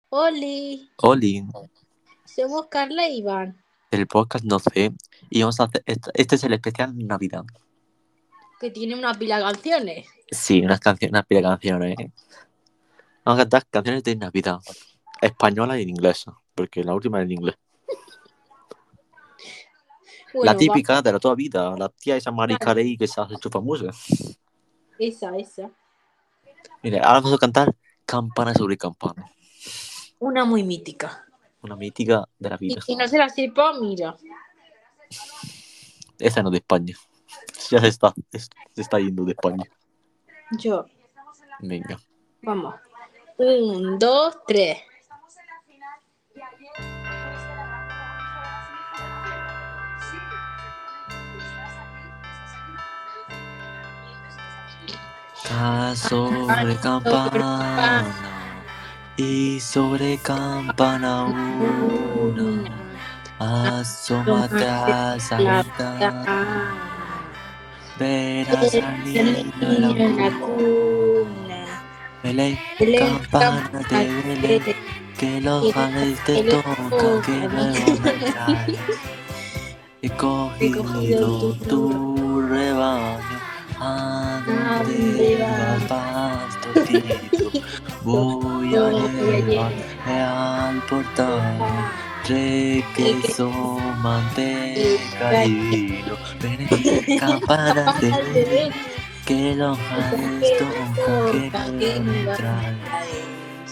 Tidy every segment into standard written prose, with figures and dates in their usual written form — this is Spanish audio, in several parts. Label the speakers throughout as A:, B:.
A: Oli,
B: Oli,
A: somos Carla e Iván,
B: el podcast no sé. Y vamos a hacer. Este es el especial Navidad.
A: que tiene una pila de canciones.
B: Sí, unas pila de canciones. Vamos a cantar canciones de Navidad. Española y en inglés. Porque la última es en inglés. La
A: Bueno, va.
B: típica de la toda vida. La tía esa Mari
A: Vale,
B: Carey que se hace hecho famosa.
A: esa.
B: Mire, ahora vamos a cantar Campana sobre campana.
A: Una muy mítica.
B: Una mítica de la
A: Y
B: vida.
A: si no se la sepa, mira.
B: Esa no es de España. Ya se está yendo de España.
A: Yo,
B: Venga.
A: vamos. 1, 2, 3.
B: Sobre campana y sobre campana una. Asómate a esa ventana, verás al niño en la cuna. Belén, campanas de Belén, que los ángeles te tocan, que nuevo me traes. He cogido tu rebaño, ¿a dónde vas, pastorcito? Voy a llevar al portal queso, manteca y vino. Ven, campanas de Belén, que los ángeles tocan, que me traes.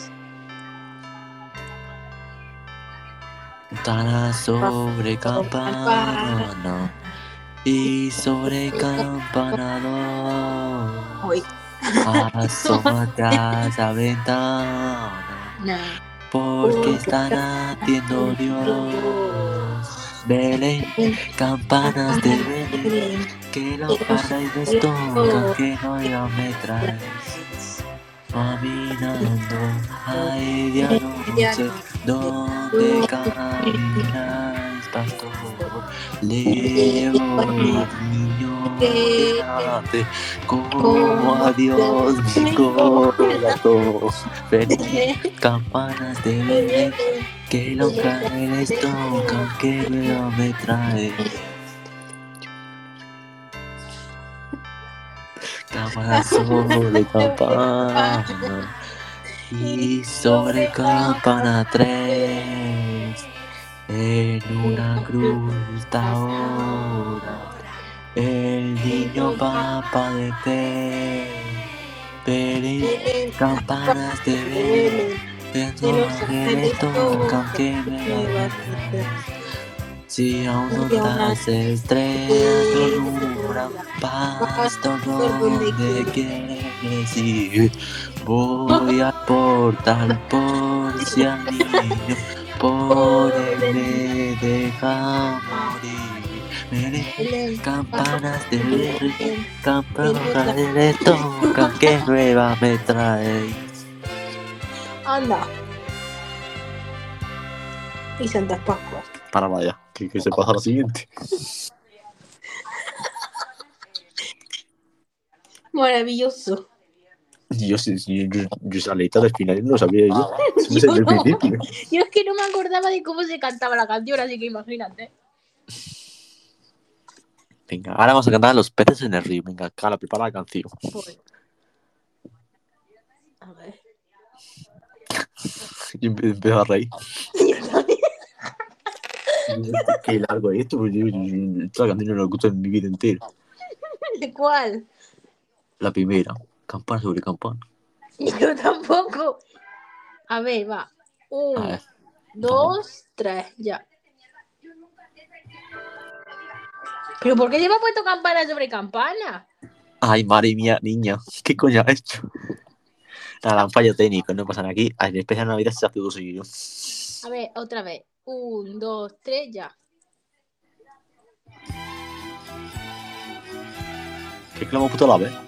B: Campana sobre campana y sobre campana dos. Asómate a esa ventana, porque está naciendo Dios. Belén, campanas de Belén, que los ángeles tocan, que no me traes. Caminando a medianoche, donde camináis, pastor, leo al niño que nace, como a Dios mi corazón. Ven, campanas de Belén, que los ángeles tocan, que luego me trae. Campana sobre campana y sobre campana 3. En una cruz está ahora el niño va a padecer. Belén, campanas de Belén, que los ángeles tocan, que me va a traer. Si aún no las estrellas alumbran, pastor, donde quieres ir. Voy al portal por si al niño por él me deja morir. Belén, campanas de Belén, campanas de tocan, que nueva me trae.
A: Anda. Y Santas Pascuas.
B: Para vaya, que se pasa la siguiente.
A: Maravilloso.
B: Yo esa letra del final no lo sabía yo. Se me
A: Yo
B: salió
A: no.
B: el principio.
A: Yo es que no me acordaba de cómo se cantaba la canción, así que imagínate.
B: Venga, ahora vamos a cantar Los peces en el río. Venga, Carla, prepara la canción.
A: Pues, a ver.
B: Y empezó a reír.
A: Yo también.
B: Qué largo es esto, porque esta canción no la escucho en mi vida entera.
A: ¿De cuál?
B: La primera, campana sobre campana.
A: Yo tampoco. A ver, va.
B: A
A: 1,
B: ver,
A: 2, 3, ya. ¿Pero por qué lleva puesto campana sobre campana?
B: ay, madre mía, niña, ¿qué coño has hecho? Nada, un fallo técnico, no pasa nada aquí. En especial Navidad se hace todo seguido.
A: A ver, otra vez. 1, 2, 3, ya.
B: ¿Qué es que lo hemos puesto a la vez?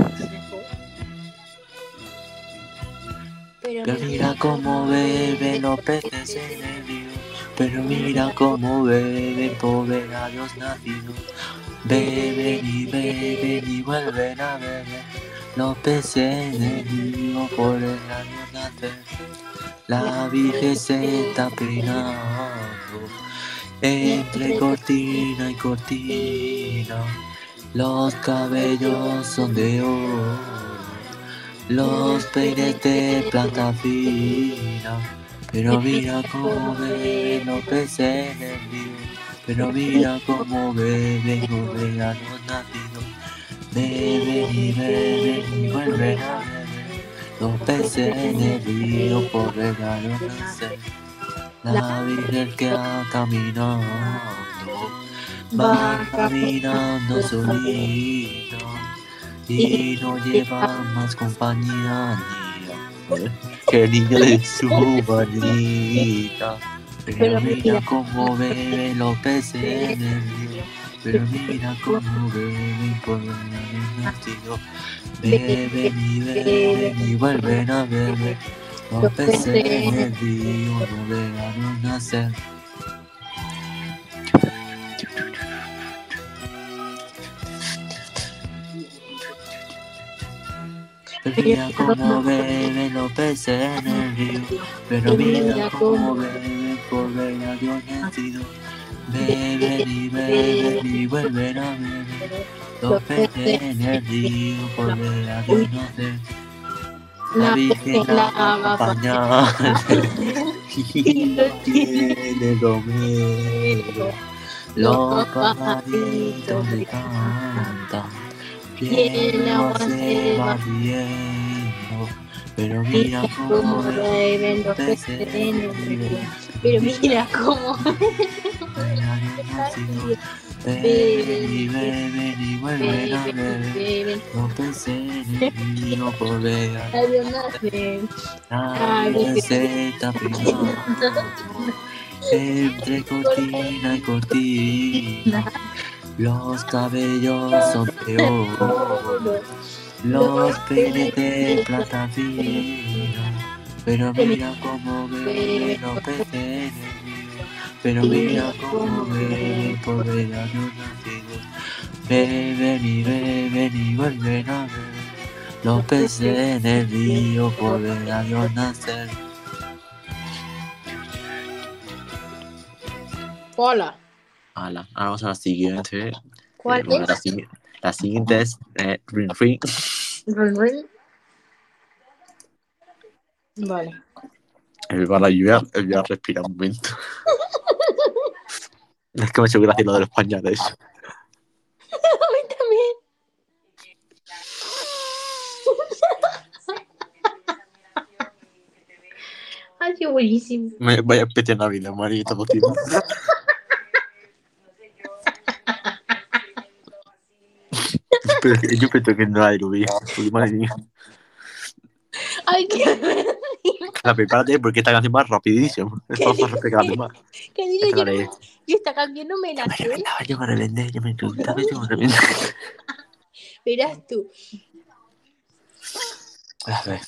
B: Pero mira cómo beben los peces en el río. Pero mira cómo beben, pobre a Dios nacido. Beben y vuelven a beber. Los peces en el río por el año nacer. La Virgen se está peinando entre cortina y cortina. Los cabellos son de oro, los peines de plata fina. Pero mira cómo beben los peces en el río. Pero mira cómo beben los veganos nacidos. Beben y vuelven a beber los peces en el río por regalos nacer. La Virgen que ha caminado, va caminando solita y no lleva más compañía que el niño de su manita. Pero mira cómo beben los peces en el río. Pero mira cómo beben por regalos nacidos. Beben y vuelven a beber los peces en el río, no veganos nacer. Pero mira cómo beben los peces en el río. Pero mira cómo beben por veganos nacidos. Beben y vuelven a beber los peces en el río por veganos nacer. La Virgen la acompaña y no tiene romero. Los pajaritos le cantan y el agua se va riendo. Pero mira cómo beben los peces en el río.
A: Pero mira cómo.
B: Beben y vuelven a beber los peces en el río por veganos nacer. La Virgen se está peinando entre cortina y cortina. Los cabellos son de oro, los peines de plata fina. Pero mira cómo beben los peces en el río. Pero mira cómo beben por veganos nacidos. Beben y vuelven a beber los peces en el río por veganos nacer.
A: Hola.
B: Ahora vamos a la siguiente.
A: ¿Cuál
B: Bueno,
A: es?
B: la siguiente es Ring Ring.
A: Ring, ring. Vale.
B: El bar la lluvia, voy a respirar un momento. Es que me ha hecho gracia lo de los pañales.
A: A mí también. Ay, qué buenísimo.
B: Vaya especie de Navidad, María, todo tiempo. Pero yo pensé que no lo vi. Porque madre mía.
A: Ay, qué
B: La prepárate porque esta canción va rapidísimo. Es más rápido que la demás.
A: que digo
B: Esta
A: yo,
B: la leí.
A: yo esta canción no me la sé.
B: Yo me revendé, yo me encantaba, yo me revendé.
A: Verás tú.
B: A ver.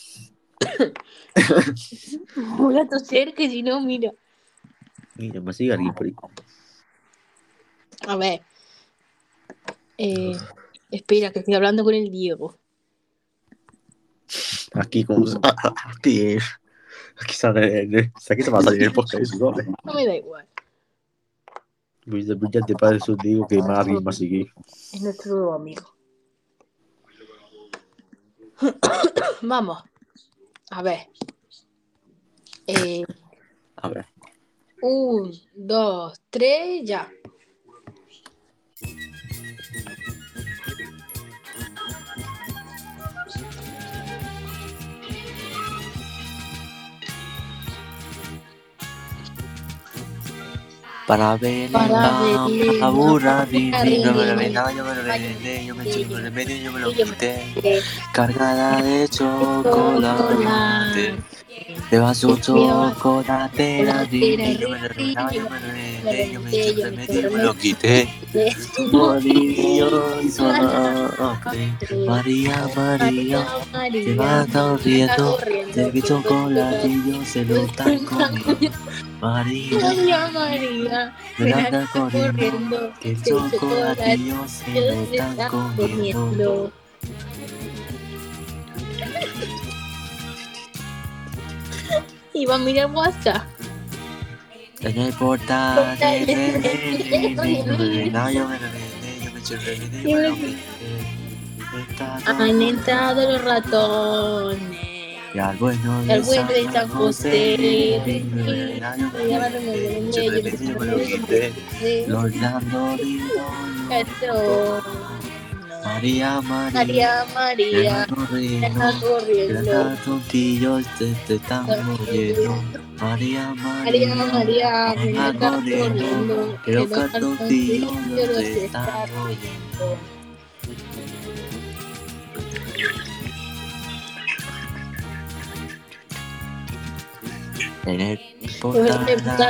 A: Voy a toser, que si no, mira.
B: Mira, me sigue alguien por ahí.
A: A ver. Espera, que estoy hablando con el Diego.
B: Aquí, como. Aquí sale. Aquí te va a salir el podcast, ¿no?
A: No me da igual.
B: Luis de brillante padre, eso digo que más alguien va a seguir.
A: Es nuestro nuevo amigo. Vamos. A ver.
B: A ver.
A: 1, 2, 3, ya.
B: Para Belén, la burra, yo me lo vendaba, yo me lo vendé, yo me chingo en el medio, yo me lo quité. Cargada de chocolate, lleva su chocolate, la vi, yo me lo vendaba, yo me lo vendé, yo me chingo en el medio, yo me lo quité. Morir y sonante, María, María, se va corriendo, de que chocolatillo se lo están comiendo. María,
A: María,
B: ven anda corriendo, que el chocolatillo se lo están comiendo.
A: Y va a mirar WhatsApp.
B: En el portal de
A: Han entrado los ratones.
B: y al bueno
A: El bueno de San José.
B: Los Landorinos. María,
A: María, María, está corriendo.
B: Los tontillos te están moviendo. María,
A: María, María, me
B: está
A: está
B: corriendo.
A: corriendo.
B: Que los
A: Que los
B: cartoncillos
A: cartoncillos
B: te
A: están
B: están
A: moviendo.
B: En el portal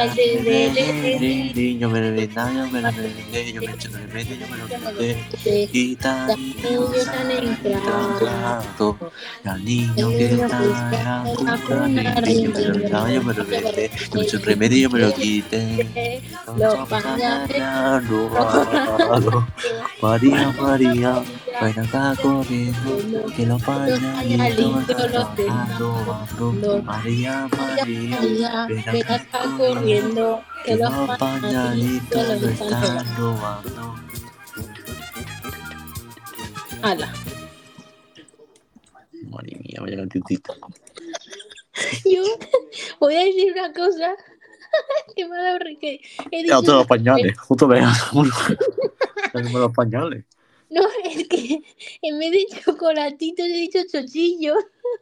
B: de yo me lo vendé, yo me lo vendé, yo me eché en el medio, yo me lo quité. Y
A: Ellos han entrado.
B: y al niño que está en la cuna, yo me lo vendé, yo me eché en el medio, yo me lo quité.
A: Los pañales
B: Robado. María, María, ven acá corriendo, que los pañalitos los están robando. María, María,
A: ven acá corriendo,
B: que los pañalitos los están robando.
A: Ala.
B: Madre mía, vaya cancioncita.
A: Yo voy a decir una cosa que me ha dado que he
B: Ya,
A: dicho.
B: todos los pañales, justo veas los pañales.
A: No, es que en vez de chocolatitos he dicho chochillos.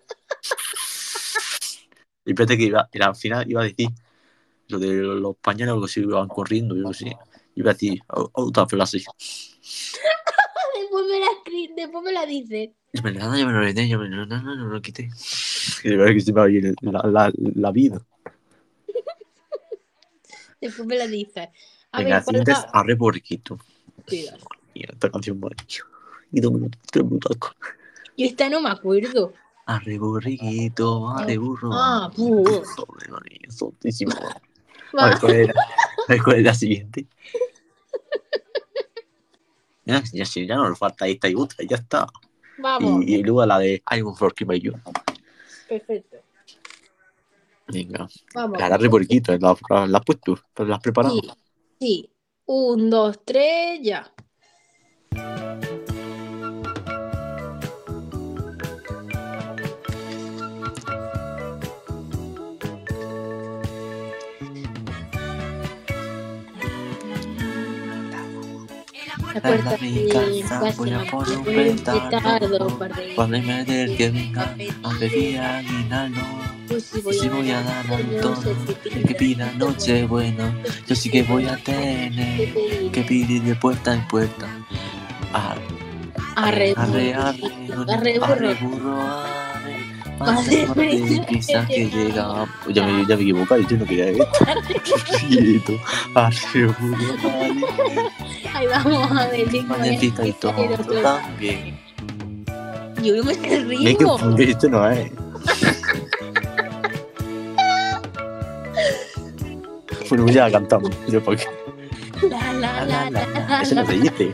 B: Y espérate que al final iba a decir lo de los pañales o algo así, iban corriendo, yo no sé. Iba a decir otra frase.
A: Después me la dices.
B: Yo me lo vendé, yo me lo quité. Y de verdad que se me va a ir la vida.
A: Después me la dices.
B: Venga, la siguiente es Arre Borriquito.
A: Cuidado.
B: Mira, esta canción va. Y 2 minutos, 3 minutos.
A: Yo esta no me acuerdo.
B: Arre Borriquito, arre burro. Joder, madre mía, sontísimo. A ver cuál es la siguiente. Ya no nos falta esta y otra, ya está.
A: Vamos.
B: Y luego la de I Won't Forgive You.
A: Perfecto.
B: Venga.
A: Vamos.
B: La Arre Borriquito, ¿la has puesto? ¿La has preparado?
A: Sí. 1, 2, 3, ya. La puerta de mi casa voy a poner un petardo
B: cuando me del que venga aunque pida aguinaldo. Si voy a dar al todo el que pida noche bueno, yo sí que voy a tener que pedir de puerta en puerta. Arre burro, más de prisa que llega. Ya me he equivocado, yo no quería esto. Arre burro,
A: ahí vamos a ver.
B: Magnífica y todo también.
A: Yo no me sé el ritmo.
B: Esto no es. Bueno, ya la cantamos. Yo porque. Eso no se dice.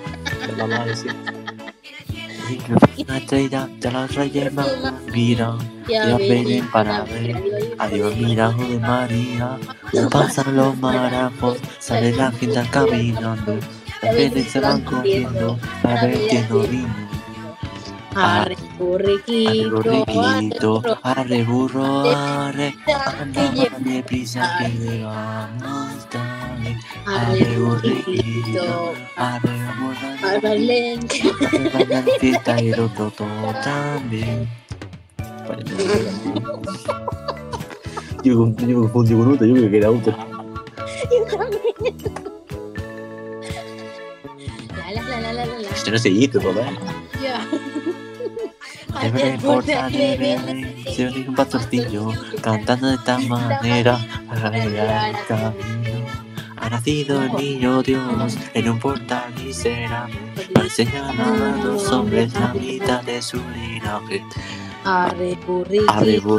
B: Una estrella de los reyes magos, mira, ya vienen para ver. Adiós, mira, de María. Pasan los marajos, sale la gente caminando. Las veces se van corriendo para ver quién no vino.
A: Arre burriquito,
B: arre burro, arre, anda más deprisa que llegamos tarde. Arre burriquito, arre amor, arre la fiesta y el otro todo también. Yo me confundí con otra, yo creo que era otra.
A: Yo también.
B: Esto no se hizo, papá.
A: Ya.
B: Debe importar, se ve un pastorcillo cantando de esta manera para ir al camino. Ha nacido el niño Dios en un portal miserable para enseñar a los hombres la mitad de su linaje.
A: Arre burriquito,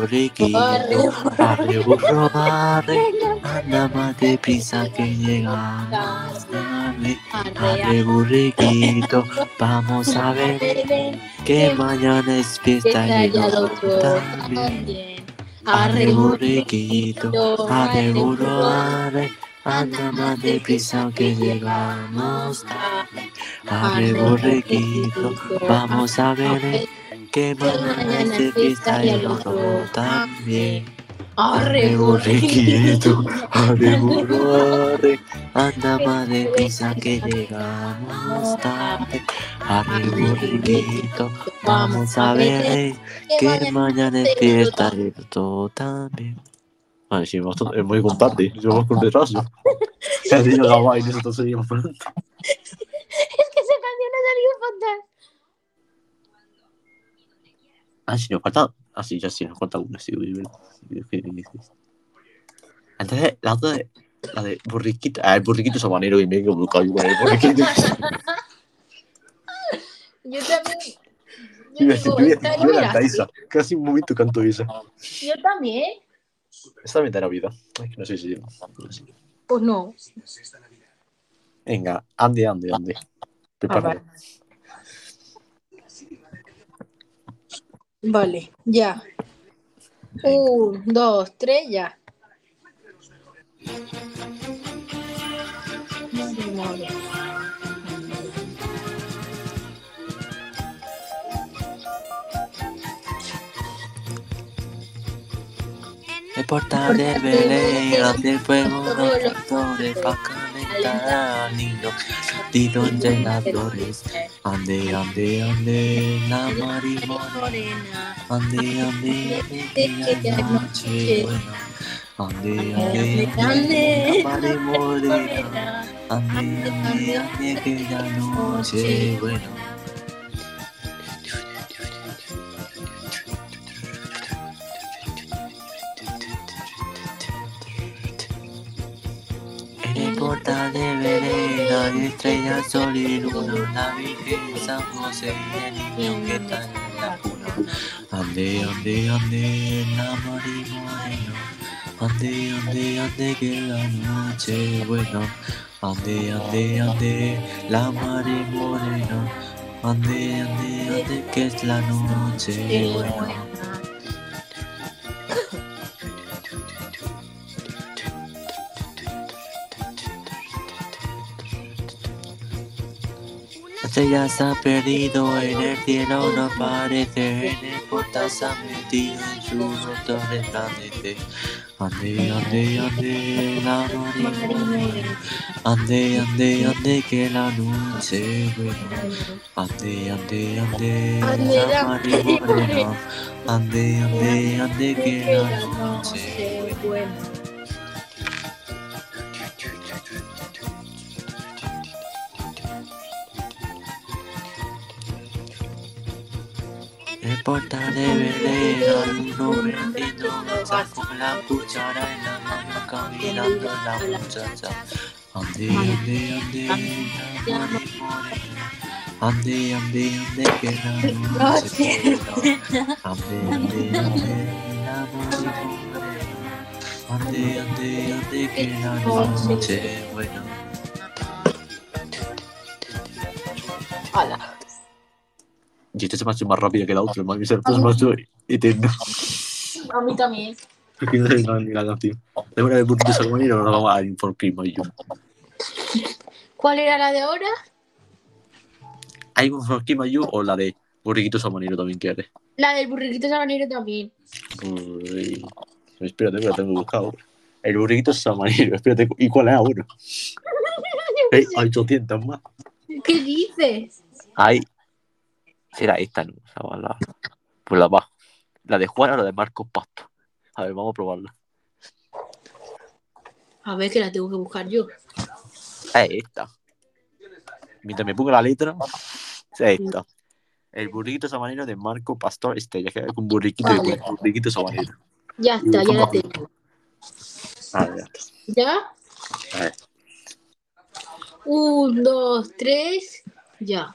B: arre burro, arre, anda más deprisa que llegamos tarde. Arre burriquito, vamos a ver que mañana es fiesta y el otro también. Arre borriquito, arre burro, arre, anda más deprisa que llegamos tarde. Arre borriquito, vamos a ver que mañana es de fiesta y el otro también. Arre borriquito, arre burro, arre, anda más deprisa que llegamos tarde. Arre borriquito, vamos a ver que mañana es fiesta y el otro también. Vale, sí, es muy constante, yo con retraso. Casi llegaba y nosotros seguimos por delante.
A: Es que esa canción ha salido fatal.
B: Ah, sí, nos falta. Ah, sí, ya sí, nos falta una. Sí, entonces, la otra de. La de borriquito. Ah, el borriquito sabanero y me he equivocado igual. El borriquito.
A: Yo también.
B: Yo canto esa. Casi un momento canto esa.
A: Yo también.
B: Esta me dará vida. Es que no sé si.
A: Pues no.
B: Venga, ande. Prepárate.
A: Vale, ya. 1, 2, 3, ya. Madre.
B: El portal de Belén hace fuego los flores para calentar al niño. Tiro entre las flores. Ande, la marimorena. Ande, que la noche buena. Ande, la marimorena. Ande, que la noche buena. En el portal de Belén hay estrellas, sol y luna, la Virgen San José y el niño que está en la cuna. Ande, la marimorena. Ande, que la noche buena. Ande, la marimorena. Ande, que es la noche buena. Estrella se ha perdido en el cielo, no aparece en el portal, se ha metido en su rostro resplandece. Ande, la marimorena. Ande, que la noche buena. Ande, la marimorena. Ande, que la noche buena. El portal de Belén hay un hombre haciendo masa con la cuchara en la mano caminando la muchacha. Ande, la marimorena. Ande, que la noche buena. Ande, la marimorena. Ande, que la noche buena.
A: Hola.
B: Y este se me ha hecho más rápido que la otra, más se me ha hecho eterno.
A: A mí también.
B: Porque no sé ni la canción. De una vez burrito sabanero no vamos a ir por prima y yo.
A: ¿Cuál era la de ahora?
B: ¿Hay un por prima yo o la de burrito sabanero también quieres?
A: La del burrito sabanero también.
B: Uy. Espérate, que la tengo buscado. El burrito sabanero, espérate. ¿Y cuál es ahora? Hay 800 más.
A: ¿Qué dices?
B: Hay. Será esta, ¿no? O sea, pues la abajo. La de Juan o la de Marcos Pasto. A ver, vamos a probarla.
A: A ver, que la tengo que buscar yo.
B: Es esta. Mientras me pongo la letra, es esta. El burrito sabanero de Marco Pastor Estella, que es un burriquito
A: Vale.
B: de burriquito sabanero.
A: Ya está, ya la tengo.
B: A ver,
A: ¿Ya?
B: a ver.
A: 1, 2, 3, ya.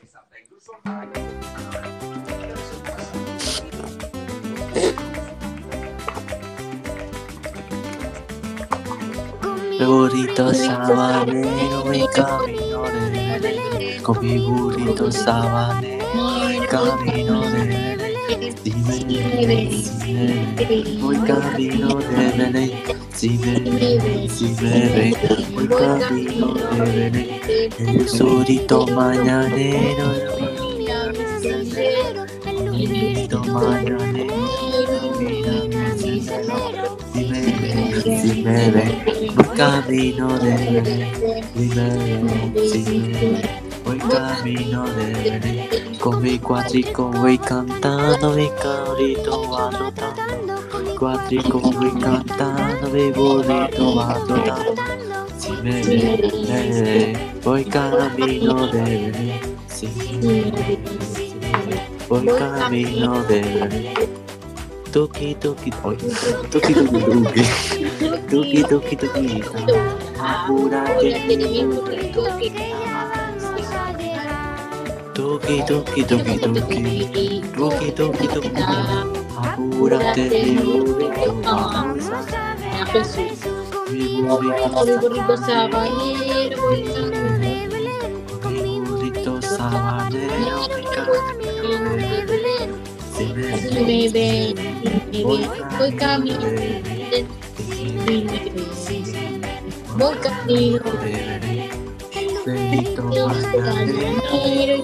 B: El burrito sabanero, mi camino de Belén. Con mi burrito sabanero, camino de Belén. si me ves, voy camino de Belén. Si me ves, voy camino de Belén. El surito mañanero ilumina mi sendero. El surito mañanero ilumina mi sendero. Si me ves, voy camino de Belén. Si me ves, voy camino de Belén. Con mi cuatrico voy cantando, mi cabrito va trotando. Cuatrico voy cantando, mi burrito va trotando. Si me ves, voy camino de Belén. Si me ves, voy camino de Belén. Tuki tuki, oy, tuki tuki tuki, tuki tuki tuki, apúrate mi burrito que Tuki tuki tuki tuki, tuki tuki tuki, apúrate mi burrito, vamos a
A: Jesús.
B: mi burrito,
A: Con mi burrito sabanero voy
B: mi burrito sabanero, mi camino de Belén. Si me ves,
A: voy camino de voy camino
B: de Belén. Benito mañanero,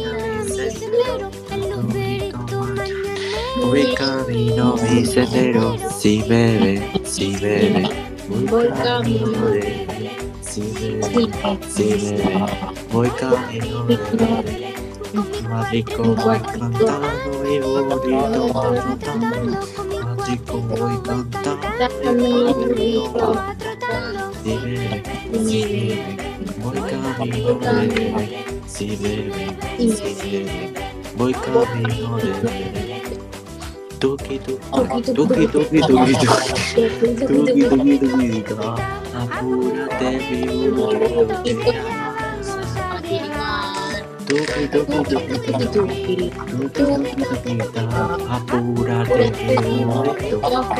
B: voy camino mi sendero. Si me ves, voy camino de Belén. Si me ves, voy camino de Belén. Mágico voy cantando mi burrito va trotando. Mágico voy cantando mi burrito va trotando. Si me ves, voy camino de Belén. Si me ves, voy camino de Belén. Tuki tuki tuki tuki tuki tuki tuki tuki, apúrate mi burrito que vamos a tuki tuki tuki tuki tuki tuki, apúrate mi burrito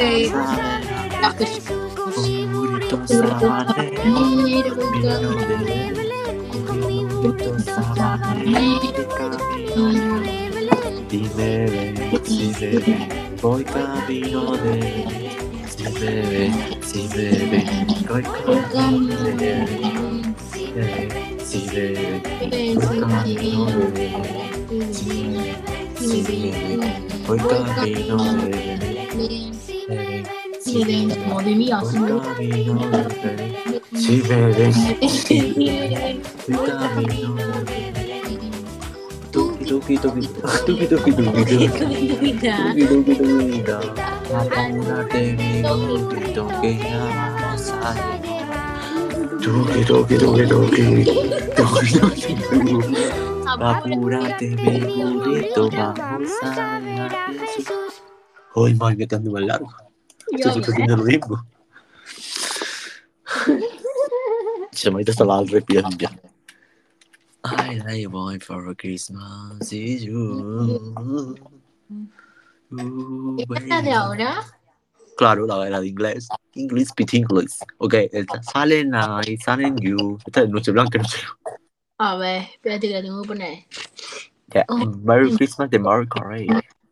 B: burrito sabanero, camino de Belén. Burrito sabanero, camino de Belén. Si me ves, voy camino de Belén. Si me ves, voy camino de Belén. Si me ves, voy camino de Belén. Si me ves, voy camino de Belén.
A: Madre mía,
B: Voy camino de Belén. Si me ves, voy camino de Belén. Tuki tuki tuki tuki tuki tuki tuki tuki tuki, apúrate mi burrito que ya vamos a llegar. Tuki tuki tuki tuki tuki tuki tuki, apúrate mi burrito, vamos a llegar a Jesús. Ay, madre, que tan más largo. Estoy perdiendo el ritmo. Chamarita estaba respirando ya. All I want for Christmas is you.
A: ¿Esta de ahora?
B: Claro, la de inglés. English, speak English. Ok, esta sale night, sale you. Esta es Noche Blanca, Noche Blanca.
A: A ver, espérate que la tengo que poner.
B: Yeah. Merry Christmas de Mariah Carey.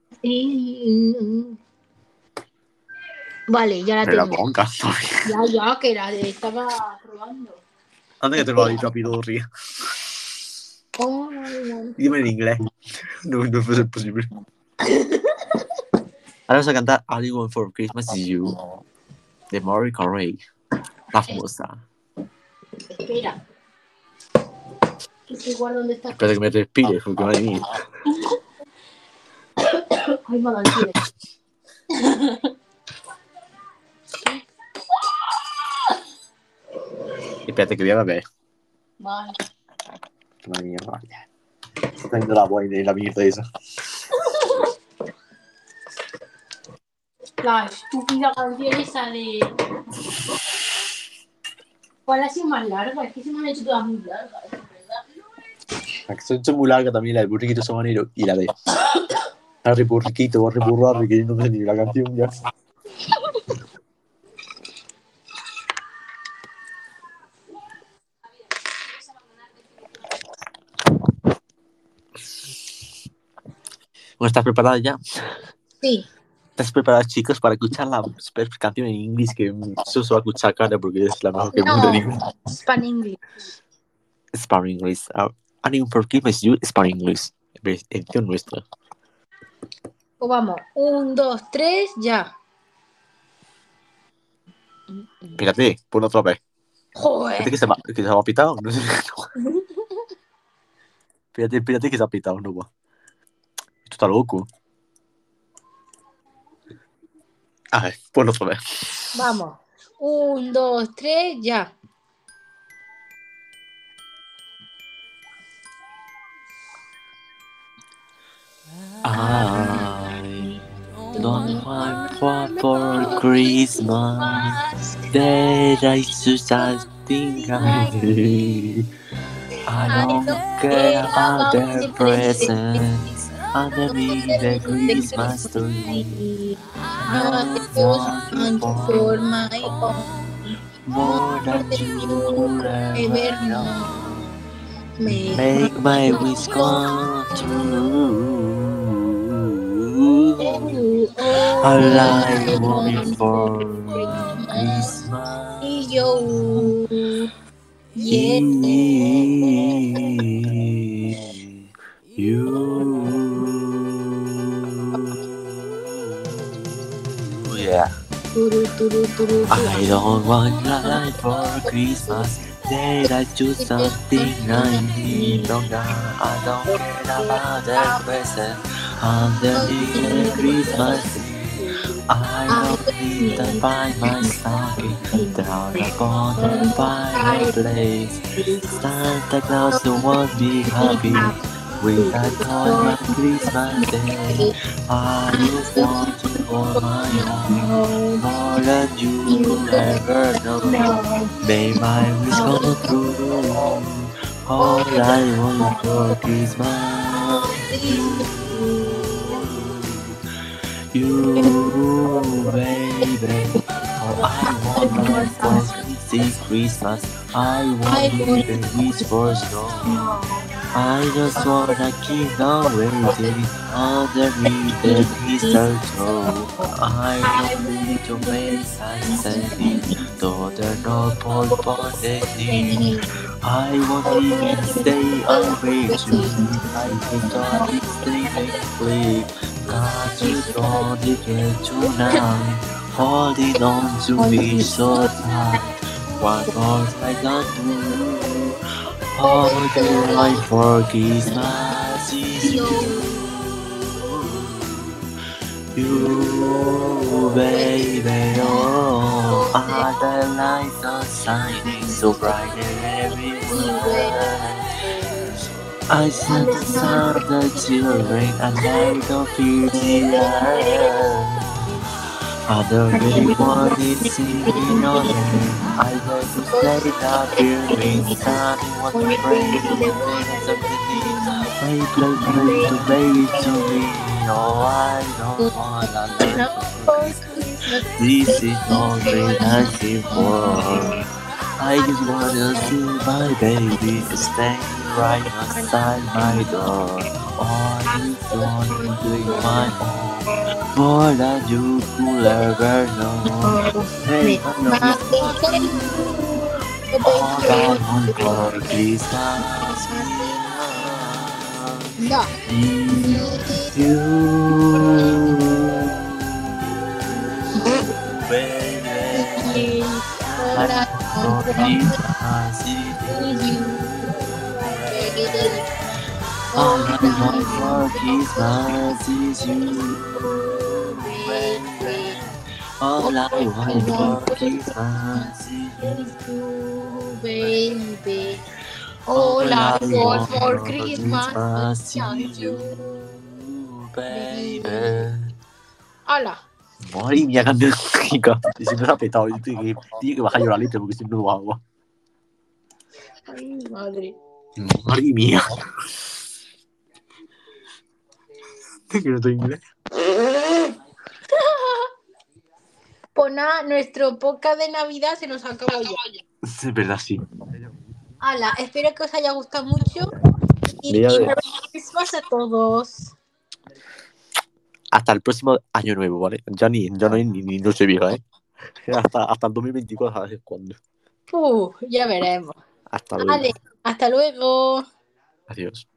A: Vale, ya la
B: Me la
A: tengo.
B: ponga.
A: Ya, que la estaba probando.
B: Anda que te lo va a ir rápido, Ría.
A: Oh,
B: Dime en inglés. No puede ser posible. Ahora vamos a cantar All I Want for Christmas is You de Mariah Carey. La famosa.
A: Espera. Es igual donde está.
B: Espera que me respire, porque madre mía.
A: Ay, me ha dado el pie.
B: Espérate que voy a beber.
A: Vale.
B: Madre mía, vaya. Está teniendo la agua y la mierda esa.
A: La estúpida canción esa de... ¿Cuál ha sido más larga? Es que se me han hecho todas muy largas, ¿verdad?
B: La que son muy larga también, la de Burriquito Sabanero y la de Harry Burriquito, Harry Burrarri, que yo no me sé ni la canción ya. Bueno, ¿estás preparada ya?
A: Sí.
B: ¿Estás preparada, chicos, para escuchar la canción en inglés que se va a escuchar cara porque es la mejor que
A: No,
B: me gusta?
A: Span English.
B: Sparring English. I didn't forgive you, Sparring English. Edición nuestra.
A: Pues vamos. 1, 2, 3, ya.
B: Espérate, ponlo otra vez.
A: Joder.
B: Espérate que se va a pitado. No sé. Espérate que se ha pitado, no va. Esto está loco. A ver, ponlo otra vez.
A: Vamos. 1, 2, 3, ya.
B: I don't want for Christmas that I should think I don't care about the presents underneath the Christmas tree. I want you for my own, more than you could ever know. Make my wish come true. All I want for Christmas
A: is you.
B: Yeah. I don't want life for Christmas. That I choose something I need longer. I don't care about the present underneath the Christmas tree. I don't need to find my stocking down upon the fireplace. Santa Claus won't be happy with a toy on Christmas Day. I just want you for my own, more than you ever know. May my wish come true. All I want for Christmas you, baby. Oh, I want my for this Christmas. I want the wish for snow. I just wanna keep on waiting underneath the mistletoe. I don't need to make a standing, though they're not pointing. I won't even stay away too. I can talk this thing quickly. Cause you don't get tonight. Holding on to me so tight. What more I can do? All that I for Christmas is you. You, baby, oh, all the lights are shining so bright everywhere. I see the sound of the children and I don't feel the air. Other everyone is singing on it. I let you say that feeling starting was raining I play to baby to me. Oh, I don't wanna let this is all that I see for. I just wanna see my baby staying right outside my door. Oh, I just wanna be my own. More than you could ever know. Hey, all I want for Christmas is you, baby. All I want for Christmas is you. All I want for Christmas is you, baby. All I want for Christmas is
A: you, baby. All I want for Christmas is you,
B: baby.
A: ¡Hala!
B: Madre mía, canción mágica. Si no se ha petado, yo tengo que bajar yo la letra porque si no lo hago.
A: Ay, madre.
B: Madre mía. Que no estoy inglés.
A: Pues nada, nuestro podcast de Navidad se nos acabó ya.
B: Es verdad, sí.
A: ¡Hala! Espero que os haya gustado mucho. Y
B: Merry
A: Christmas a todos.
B: hasta el próximo año nuevo, ¿vale? Ya no hay ni noche vieja, ¿eh? Hasta el 2024, ¿sabes cuándo?
A: Ya veremos.
B: Hasta luego.
A: Vale, hasta luego.
B: Adiós.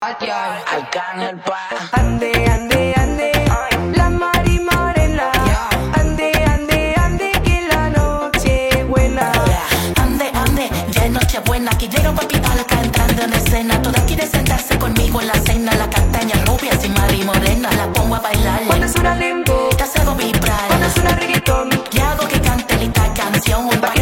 C: Ande, ande, ande, la Mari Morena. Ande, ande, ande, que la noche es buena.
D: Ande, ande, ya es noche buena. Que llega papi Alca entrando en escena. Toda quiere sentarse conmigo en la cena. La castaña rubia, sin Mari Morena. La pongo a bailar.
C: Cuando suena limbo,
D: Te hago vibrar.
C: cuando suena reggaetón,
D: Y hago que cante esta canción. Un